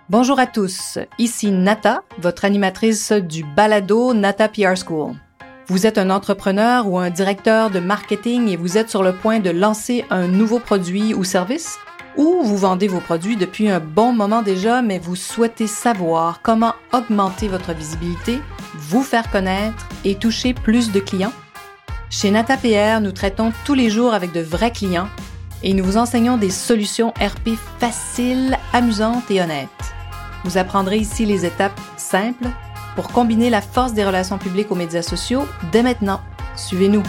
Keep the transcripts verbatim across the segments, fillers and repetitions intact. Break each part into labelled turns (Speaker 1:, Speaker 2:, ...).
Speaker 1: Bonjour à tous, ici Nata, votre animatrice du balado Nata P R School. Vous êtes un entrepreneur ou un directeur de marketing et vous êtes sur le point de lancer un nouveau produit ou service? Ou vous vendez vos produits depuis un bon moment déjà, mais vous souhaitez savoir comment augmenter votre visibilité, vous faire connaître et toucher plus de clients? Chez Nata P R, nous traitons tous les jours avec de vrais clients et nous vous enseignons des solutions R P faciles, amusantes et honnêtes. Vous apprendrez ici les étapes simples pour combiner la force des relations publiques aux médias sociaux dès maintenant. Suivez-nous!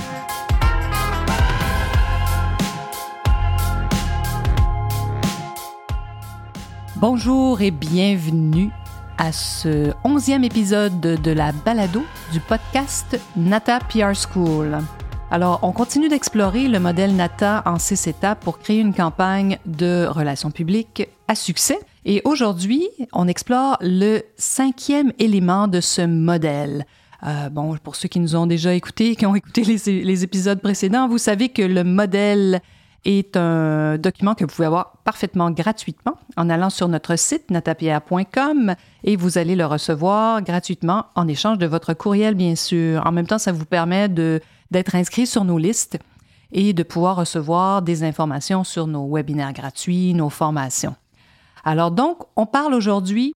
Speaker 1: Bonjour et bienvenue à ce onzième épisode de la balado du podcast Nata P R School. Alors, on continue d'explorer le modèle Nata en six étapes pour créer une campagne de relations publiques à succès. Et aujourd'hui, on explore le cinquième élément de ce modèle. Euh, bon, pour ceux qui nous ont déjà écoutés, qui ont écouté les, les épisodes précédents, vous savez que le modèle est un document que vous pouvez avoir parfaitement gratuitement en allant sur notre site nata p r point com et vous allez le recevoir gratuitement en échange de votre courriel, bien sûr. En même temps, ça vous permet de, d'être inscrit sur nos listes et de pouvoir recevoir des informations sur nos webinaires gratuits, nos formations. Alors donc, on parle aujourd'hui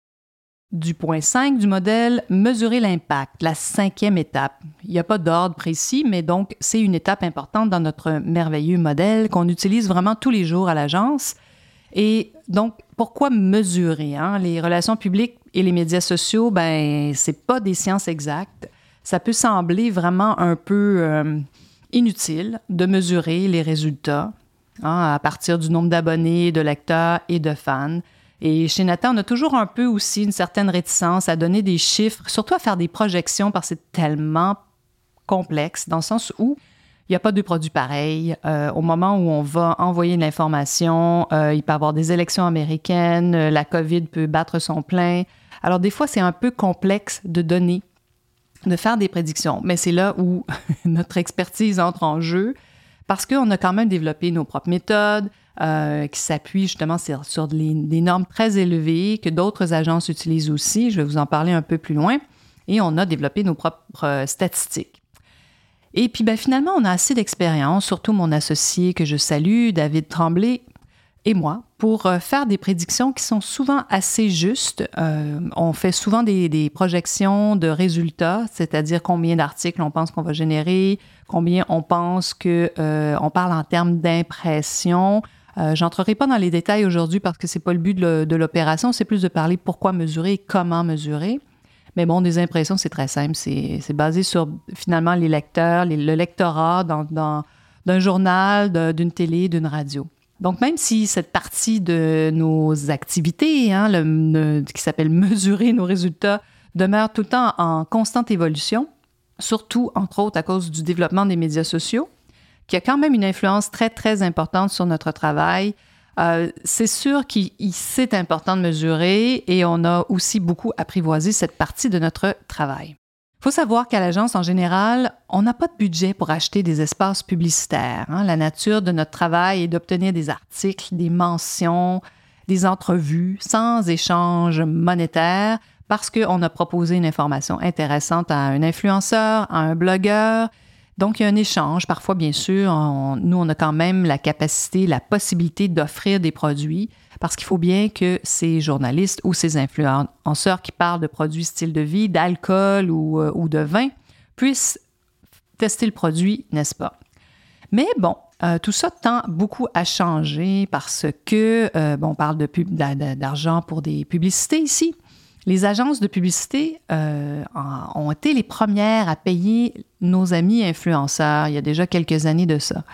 Speaker 1: du point cinq du modèle « Mesurer l'impact », la cinquième étape. Il n'y a pas d'ordre précis, mais donc c'est une étape importante dans notre merveilleux modèle qu'on utilise vraiment tous les jours à l'agence. Et donc, pourquoi mesurer? Hein? Les relations publiques et les médias sociaux, ben, c'est pas des sciences exactes. Ça peut sembler vraiment un peu euh, inutile de mesurer les résultats hein, à partir du nombre d'abonnés, de lecteurs et de fans. Et chez Nata, on a toujours un peu aussi une certaine réticence à donner des chiffres, surtout à faire des projections parce que c'est tellement complexe dans le sens où il n'y a pas de produits pareils. Euh, au moment où on va envoyer de l'information, euh, il peut y avoir des élections américaines, euh, la COVID peut battre son plein. Alors des fois, c'est un peu complexe de donner, de faire des prédictions. Mais c'est là où notre expertise entre en jeu parce qu'on a quand même développé nos propres méthodes, Euh, qui s'appuie justement sur, sur des, des normes très élevées que d'autres agences utilisent aussi. Je vais vous en parler un peu plus loin. Et on a développé nos propres euh, statistiques. Et puis ben, finalement, on a assez d'expérience, surtout mon associé que je salue, David Tremblay, et moi, pour euh, faire des prédictions qui sont souvent assez justes. Euh, on fait souvent des, des projections de résultats, c'est-à-dire combien d'articles on pense qu'on va générer, combien on pense qu'on euh, parle en termes d'impression. Euh, j'entrerai pas dans les détails aujourd'hui parce que c'est pas le but de, le, de l'opération, c'est plus de parler pourquoi mesurer et comment mesurer. Mais bon, des impressions, c'est très simple. C'est, c'est basé sur, finalement, les lecteurs, les, le lectorat dans, dans, d'un journal, de, d'une télé, d'une radio. Donc, même si cette partie de nos activités, hein, le, le, qui s'appelle mesurer nos résultats, demeure tout le temps en constante évolution, surtout, entre autres, à cause du développement des médias sociaux, qui a quand même une influence très, très importante sur notre travail. Euh, c'est sûr qu'il c'est important de mesurer et on a aussi beaucoup apprivoisé cette partie de notre travail. Il faut savoir qu'à l'agence, en général, on n'a pas de budget pour acheter des espaces publicitaires. Hein. La nature de notre travail est d'obtenir des articles, des mentions, des entrevues sans échange monétaire parce qu'on a proposé une information intéressante à un influenceur, à un blogueur. Donc, il y a un échange. Parfois, bien sûr, on, nous, on a quand même la capacité, la possibilité d'offrir des produits parce qu'il faut bien que ces journalistes ou ces influenceurs qui parlent de produits style de vie, d'alcool ou, euh, ou de vin puissent tester le produit, n'est-ce pas? Mais bon, euh, tout ça tend beaucoup à changer parce que, euh, bon, on parle de pub, d'argent pour des publicités ici. Les agences de publicité euh, ont été les premières à payer nos amis influenceurs il y a déjà quelques années de ça.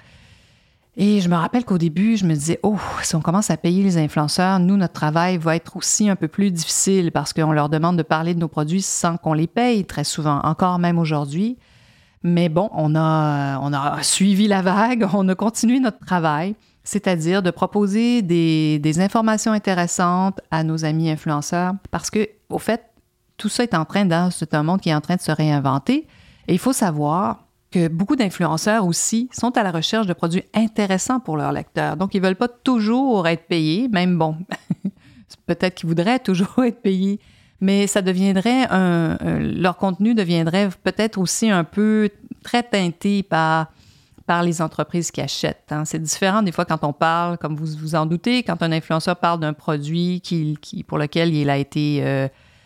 Speaker 1: Et je me rappelle qu'au début, je me disais, oh, si on commence à payer les influenceurs, nous, notre travail va être aussi un peu plus difficile parce qu'on leur demande de parler de nos produits sans qu'on les paye très souvent, encore même aujourd'hui. Mais bon, on a, on a suivi la vague, on a continué notre travail, c'est-à-dire de proposer des, des informations intéressantes à nos amis influenceurs parce que, au fait, tout ça est en train de, c'est un monde qui est en train de se réinventer. Et il faut savoir que beaucoup d'influenceurs aussi sont à la recherche de produits intéressants pour leurs lecteurs. Donc, ils ne veulent pas toujours être payés, même bon, peut-être qu'ils voudraient toujours être payés, mais ça deviendrait un, un leur contenu deviendrait peut-être aussi un peu très teinté par par les entreprises qui achètent. Hein. C'est différent des fois quand on parle, comme vous vous en doutez, quand un influenceur parle d'un produit qui, qui, pour lequel il a été, euh,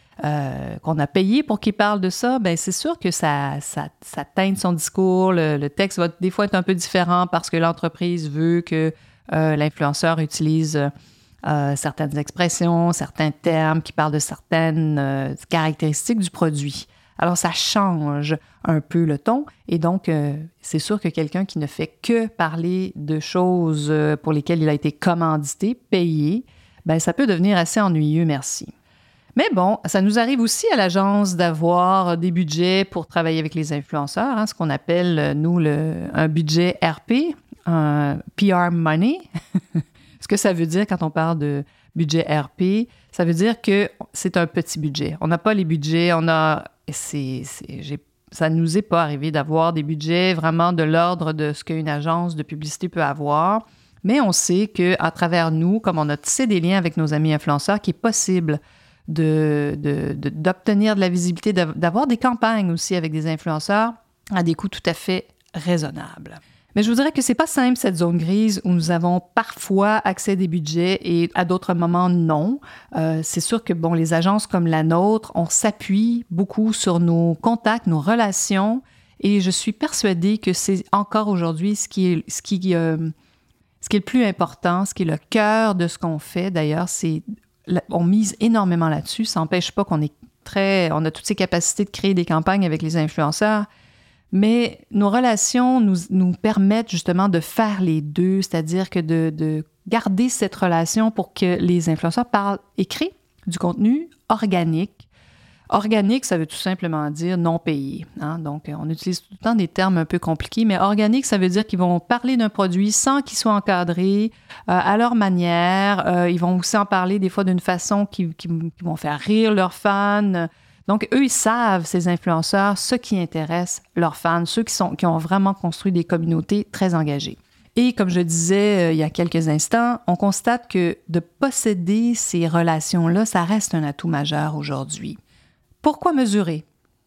Speaker 1: euh, qu'on a payé pour qu'il parle de ça, bien c'est sûr que ça, ça, ça teinte son discours. Le, le texte va des fois être un peu différent parce que l'entreprise veut que euh, l'influenceur utilise euh, certaines expressions, certains termes qui parlent de certaines euh, caractéristiques du produit. Alors, ça change un peu le ton et donc, euh, c'est sûr que quelqu'un qui ne fait que parler de choses pour lesquelles il a été commandité, payé, bien, ça peut devenir assez ennuyeux, merci. Mais bon, ça nous arrive aussi à l'agence d'avoir des budgets pour travailler avec les influenceurs, hein, ce qu'on appelle, nous, le, un budget R P, un P R money. Ce que ça veut dire quand on parle de budget R P, ça veut dire que c'est un petit budget. On n'a pas les budgets, on a... C'est, c'est, j'ai, ça ne nous est pas arrivé d'avoir des budgets vraiment de l'ordre de ce qu'une agence de publicité peut avoir, mais on sait qu'à travers nous, comme on a tissé des liens avec nos amis influenceurs, qu'il est possible de, de, de, d'obtenir de la visibilité, d'avoir des campagnes aussi avec des influenceurs à des coûts tout à fait raisonnables. Mais je vous dirais que c'est pas simple, cette zone grise où nous avons parfois accès à des budgets et à d'autres moments, non. Euh, c'est sûr que, bon, les agences comme la nôtre, on s'appuie beaucoup sur nos contacts, nos relations et je suis persuadée que c'est encore aujourd'hui ce qui est, ce qui, euh, ce qui est le plus important, ce qui est le cœur de ce qu'on fait. D'ailleurs, c'est, on mise énormément là-dessus. Ça n'empêche pas qu'on est très, on a toutes ces capacités de créer des campagnes avec les influenceurs. Mais nos relations nous, nous permettent justement de faire les deux, c'est-à-dire que de, de garder cette relation pour que les influenceurs parlent et créent du contenu organique. Organique, ça veut tout simplement dire non payé. Hein? Donc, on utilise tout le temps des termes un peu compliqués, mais organique, ça veut dire qu'ils vont parler d'un produit sans qu'il soit encadré, euh, à leur manière. Euh, ils vont aussi en parler des fois d'une façon qui, qui, qui vont faire rire leurs fans. Donc, eux, ils savent, ces influenceurs, ce qui intéresse leurs fans, ceux qui, sont, qui ont vraiment construit des communautés très engagées. Et comme je disais euh, il y a quelques instants, on constate que de posséder ces relations-là, ça reste un atout majeur aujourd'hui. Pourquoi mesurer?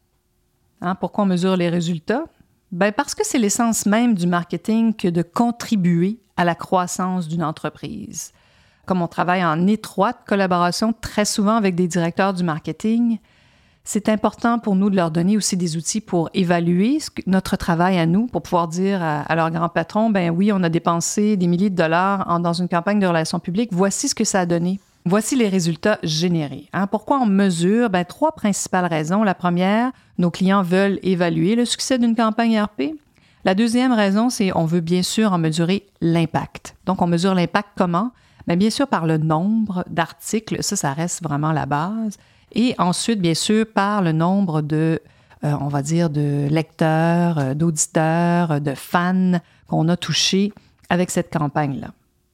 Speaker 1: Hein, pourquoi on mesure les résultats? Bien, parce que c'est l'essence même du marketing que de contribuer à la croissance d'une entreprise. Comme on travaille en étroite collaboration très souvent avec des directeurs du marketing, c'est important pour nous de leur donner aussi des outils pour évaluer notre travail à nous, pour pouvoir dire à, à leur grand patron, ben oui, on a dépensé des milliers de dollars en, dans une campagne de relations publiques, voici ce que ça a donné. Voici les résultats générés. Hein? Pourquoi on mesure? Ben, trois principales raisons. La première, nos clients veulent évaluer le succès d'une campagne R P. La deuxième raison, c'est on veut bien sûr en mesurer l'impact. Donc, on mesure l'impact comment? Bien, bien sûr par le nombre d'articles, ça, ça reste vraiment la base. Et ensuite, bien sûr, par le nombre de, euh, on va dire, de lecteurs, euh, d'auditeurs, de fans qu'on a touchés avec cette campagne-là.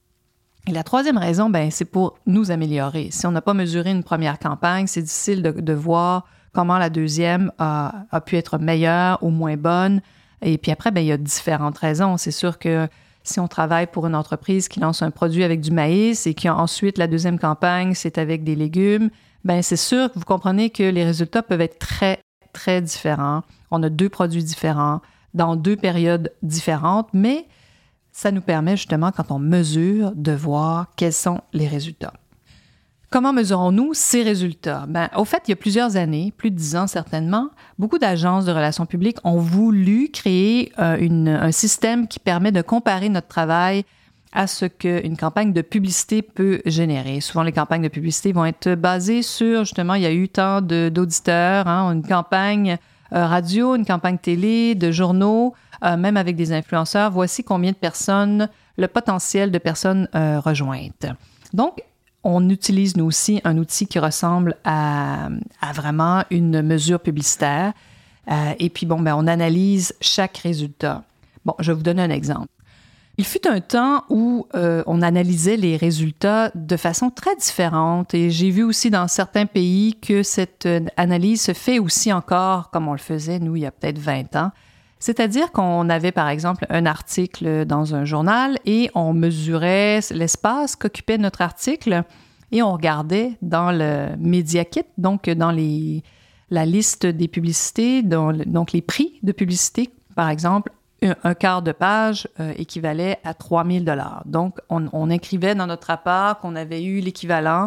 Speaker 1: Et la troisième raison, bien, c'est pour nous améliorer. Si on n'a pas mesuré une première campagne, c'est difficile de, de voir comment la deuxième a, a pu être meilleure ou moins bonne. Et puis après, bien, il y a différentes raisons. C'est sûr que si on travaille pour une entreprise qui lance un produit avec du maïs et qui ensuite, la deuxième campagne, c'est avec des légumes, bien, c'est sûr que vous comprenez que les résultats peuvent être très, très différents. On a deux produits différents dans deux périodes différentes, mais ça nous permet justement, quand on mesure, de voir quels sont les résultats. Comment mesurons-nous ces résultats? Bien, au fait, il y a plusieurs années, plus de dix ans certainement, beaucoup d'agences de relations publiques ont voulu créer euh, une, un système qui permet de comparer notre travail à ce qu'une campagne de publicité peut générer. Souvent, les campagnes de publicité vont être basées sur, justement, il y a eu tant de, d'auditeurs, hein, une campagne euh, radio, une campagne télé, de journaux, euh, même avec des influenceurs. Voici combien de personnes, le potentiel de personnes euh, rejointes. Donc, on utilise, nous aussi, un outil qui ressemble à, à vraiment une mesure publicitaire. Euh, et puis, bon, ben, on analyse chaque résultat. Bon, je vais vous donner un exemple. Il fut un temps où euh, on analysait les résultats de façon très différente et j'ai vu aussi dans certains pays que cette analyse se fait aussi encore comme on le faisait, nous, il y a peut-être vingt ans. C'est-à-dire qu'on avait, par exemple, un article dans un journal et on mesurait l'espace qu'occupait notre article et on regardait dans le Media Kit, donc dans les, la liste des publicités, dans le, donc les prix de publicité, par exemple, un, un quart de page euh, équivalait à trois mille dollars. Donc, on, on écrivait dans notre rapport qu'on avait eu l'équivalent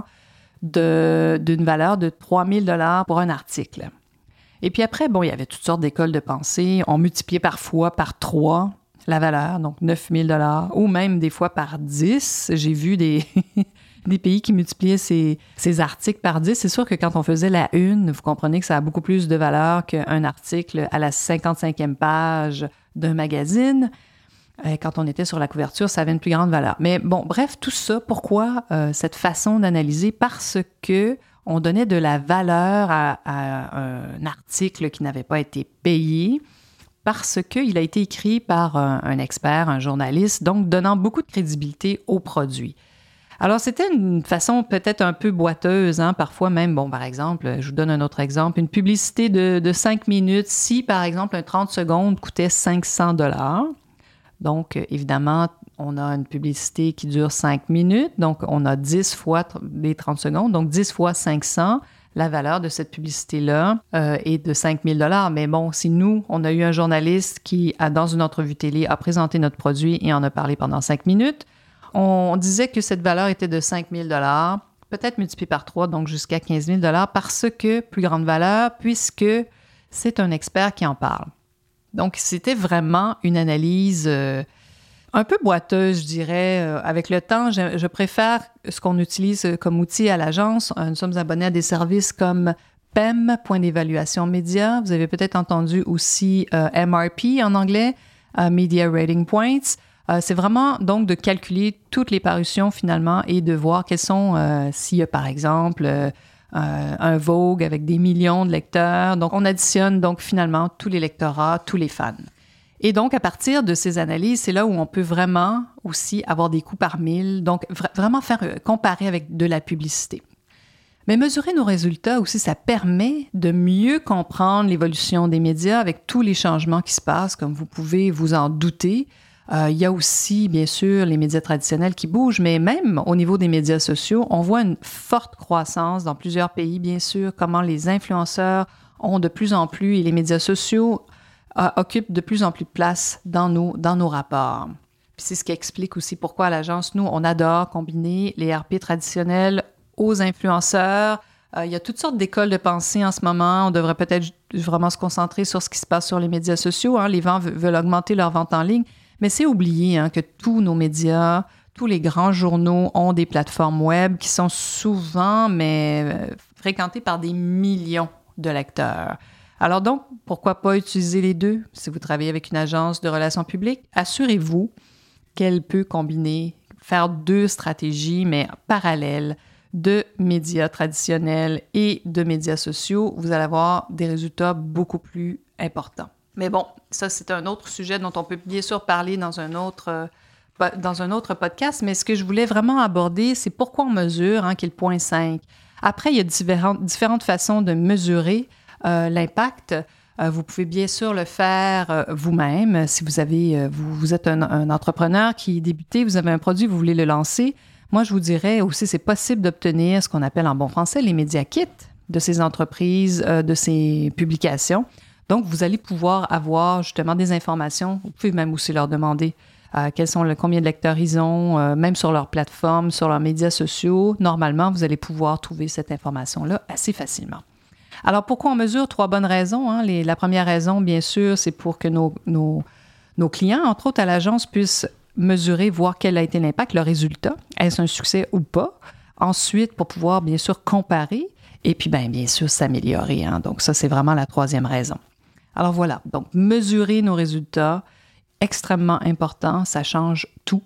Speaker 1: de, d'une valeur de trois mille dollars pour un article. Et puis après, bon, il y avait toutes sortes d'écoles de pensée. On multipliait parfois par trois la valeur, donc neuf mille dollars, ou même des fois par dix. J'ai vu des, des pays qui multipliaient ces, ces articles par dix. C'est sûr que quand on faisait la une, vous comprenez que ça a beaucoup plus de valeur qu'un article à la cinquante-cinquième page d'un magazine. Quand on était sur la couverture, ça avait une plus grande valeur. Mais bon, bref, tout ça, pourquoi euh, cette façon d'analyser? Parce que on donnait de la valeur à, à un article qui n'avait pas été payé, parce qu'il a été écrit par un, un expert, un journaliste, donc donnant beaucoup de crédibilité au produit. Alors, c'était une façon peut-être un peu boiteuse, hein, parfois même, bon, par exemple, je vous donne un autre exemple, une publicité de, de cinq minutes, si, par exemple, un trente secondes coûtait cinq cents dollars. Donc, évidemment, on a une publicité qui dure cinq minutes, donc on a dix fois les trente secondes, donc dix fois cinq cents. La valeur de cette publicité-là euh, est de cinq mille dollars. Mais bon, si nous, on a eu un journaliste qui, a, dans une entrevue télé, a présenté notre produit et en a parlé pendant cinq minutes, on disait que cette valeur était de cinq mille dollars, peut-être multiplié par trois, donc jusqu'à quinze mille dollars, parce que plus grande valeur, puisque c'est un expert qui en parle. Donc, c'était vraiment une analyse euh, un peu boiteuse, je dirais. Euh, avec le temps, je, je préfère ce qu'on utilise comme outil à l'agence. Euh, nous sommes abonnés à des services comme P E M, point d'évaluation média. Vous avez peut-être entendu aussi euh, M R P en anglais, euh, Media Rating Points. Euh, c'est vraiment donc de calculer toutes les parutions finalement et de voir quels sont, euh, s'il y a par exemple... Euh, Euh, un Vogue avec des millions de lecteurs. Donc, on additionne donc finalement tous les lectorats, tous les fans. Et donc, à partir de ces analyses, c'est là où on peut vraiment aussi avoir des coûts par mille, donc vra- vraiment faire euh, comparer avec de la publicité. Mais mesurer nos résultats aussi, ça permet de mieux comprendre l'évolution des médias avec tous les changements qui se passent, comme vous pouvez vous en douter. Euh, il y a aussi, bien sûr, les médias traditionnels qui bougent, mais même au niveau des médias sociaux, on voit une forte croissance dans plusieurs pays, bien sûr, comment les influenceurs ont de plus en plus, et les médias sociaux euh, occupent de plus en plus de place dans nos, dans nos rapports. Puis c'est ce qui explique aussi pourquoi à l'agence, nous, on adore combiner les R P traditionnels aux influenceurs. Euh, il y a toutes sortes d'écoles de pensée en ce moment. On devrait peut-être vraiment se concentrer sur ce qui se passe sur les médias sociaux. Hein. Les gens veulent augmenter leur vente en ligne. Mais c'est oublié hein, que tous nos médias, tous les grands journaux ont des plateformes web qui sont souvent, mais euh, fréquentées par des millions de lecteurs. Alors donc, pourquoi pas utiliser les deux? Si vous travaillez avec une agence de relations publiques, assurez-vous qu'elle peut combiner, faire deux stratégies, mais parallèles, de médias traditionnels et de médias sociaux. Vous allez avoir des résultats beaucoup plus importants. Mais bon, ça, c'est un autre sujet dont on peut bien sûr parler dans un autre, euh, dans un autre podcast, mais ce que je voulais vraiment aborder, c'est pourquoi on mesure, hein, qui est le point cinq. Après, il y a différentes, différentes façons de mesurer euh, l'impact. Euh, vous pouvez bien sûr le faire euh, vous-même. Si vous, avez, euh, vous, vous êtes un, un entrepreneur qui est débuté, vous avez un produit, vous voulez le lancer, moi, je vous dirais aussi, c'est possible d'obtenir ce qu'on appelle en bon français les Media Kits de ces entreprises, euh, de ces publications. Donc, vous allez pouvoir avoir justement des informations. Vous pouvez même aussi leur demander euh, quels sont le, combien de lecteurs ils ont, euh, même sur leur plateforme, sur leurs médias sociaux. Normalement, vous allez pouvoir trouver cette information-là assez facilement. Alors, pourquoi on mesure? Trois bonnes raisons. Hein. Les, la première raison, bien sûr, c'est pour que nos, nos, nos clients, entre autres à l'agence, puissent mesurer, voir quel a été l'impact, le résultat. Est-ce un succès ou pas? Ensuite, pour pouvoir, bien sûr, comparer. Et puis, bien, bien sûr, s'améliorer. Hein. Donc, ça, c'est vraiment la troisième raison. Alors voilà, donc mesurer nos résultats, extrêmement important, ça change tout.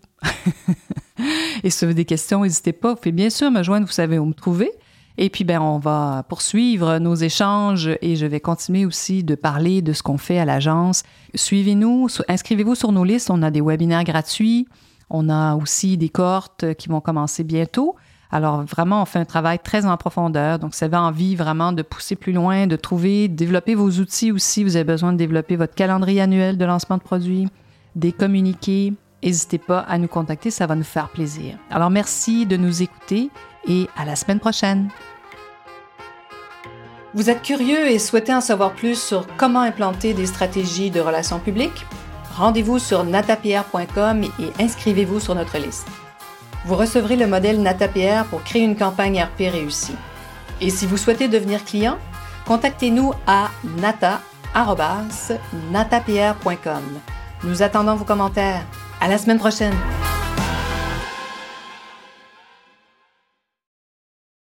Speaker 1: Et si vous avez des questions, n'hésitez pas, vous pouvez bien sûr me joindre, vous savez où me trouver. Et puis, ben, on va poursuivre nos échanges et je vais continuer aussi de parler de ce qu'on fait à l'agence. Suivez-nous, inscrivez-vous sur nos listes, on a des webinaires gratuits, on a aussi des cohortes qui vont commencer bientôt. Alors, vraiment, on fait un travail très en profondeur. Donc, si vous avez envie vraiment de pousser plus loin, de trouver, de développer vos outils aussi, vous avez besoin de développer votre calendrier annuel de lancement de produits, des communiqués, n'hésitez pas à nous contacter, ça va nous faire plaisir. Alors, merci de nous écouter et à la semaine prochaine. Vous êtes curieux et souhaitez en savoir plus sur comment implanter des stratégies de relations publiques? Rendez-vous sur natapierre point com et inscrivez-vous sur notre liste. Vous recevrez le modèle NataPR pour créer une campagne R P réussie. Et si vous souhaitez devenir client, contactez-nous à nata arobase natapierre point com. Nous attendons vos commentaires. À la semaine prochaine!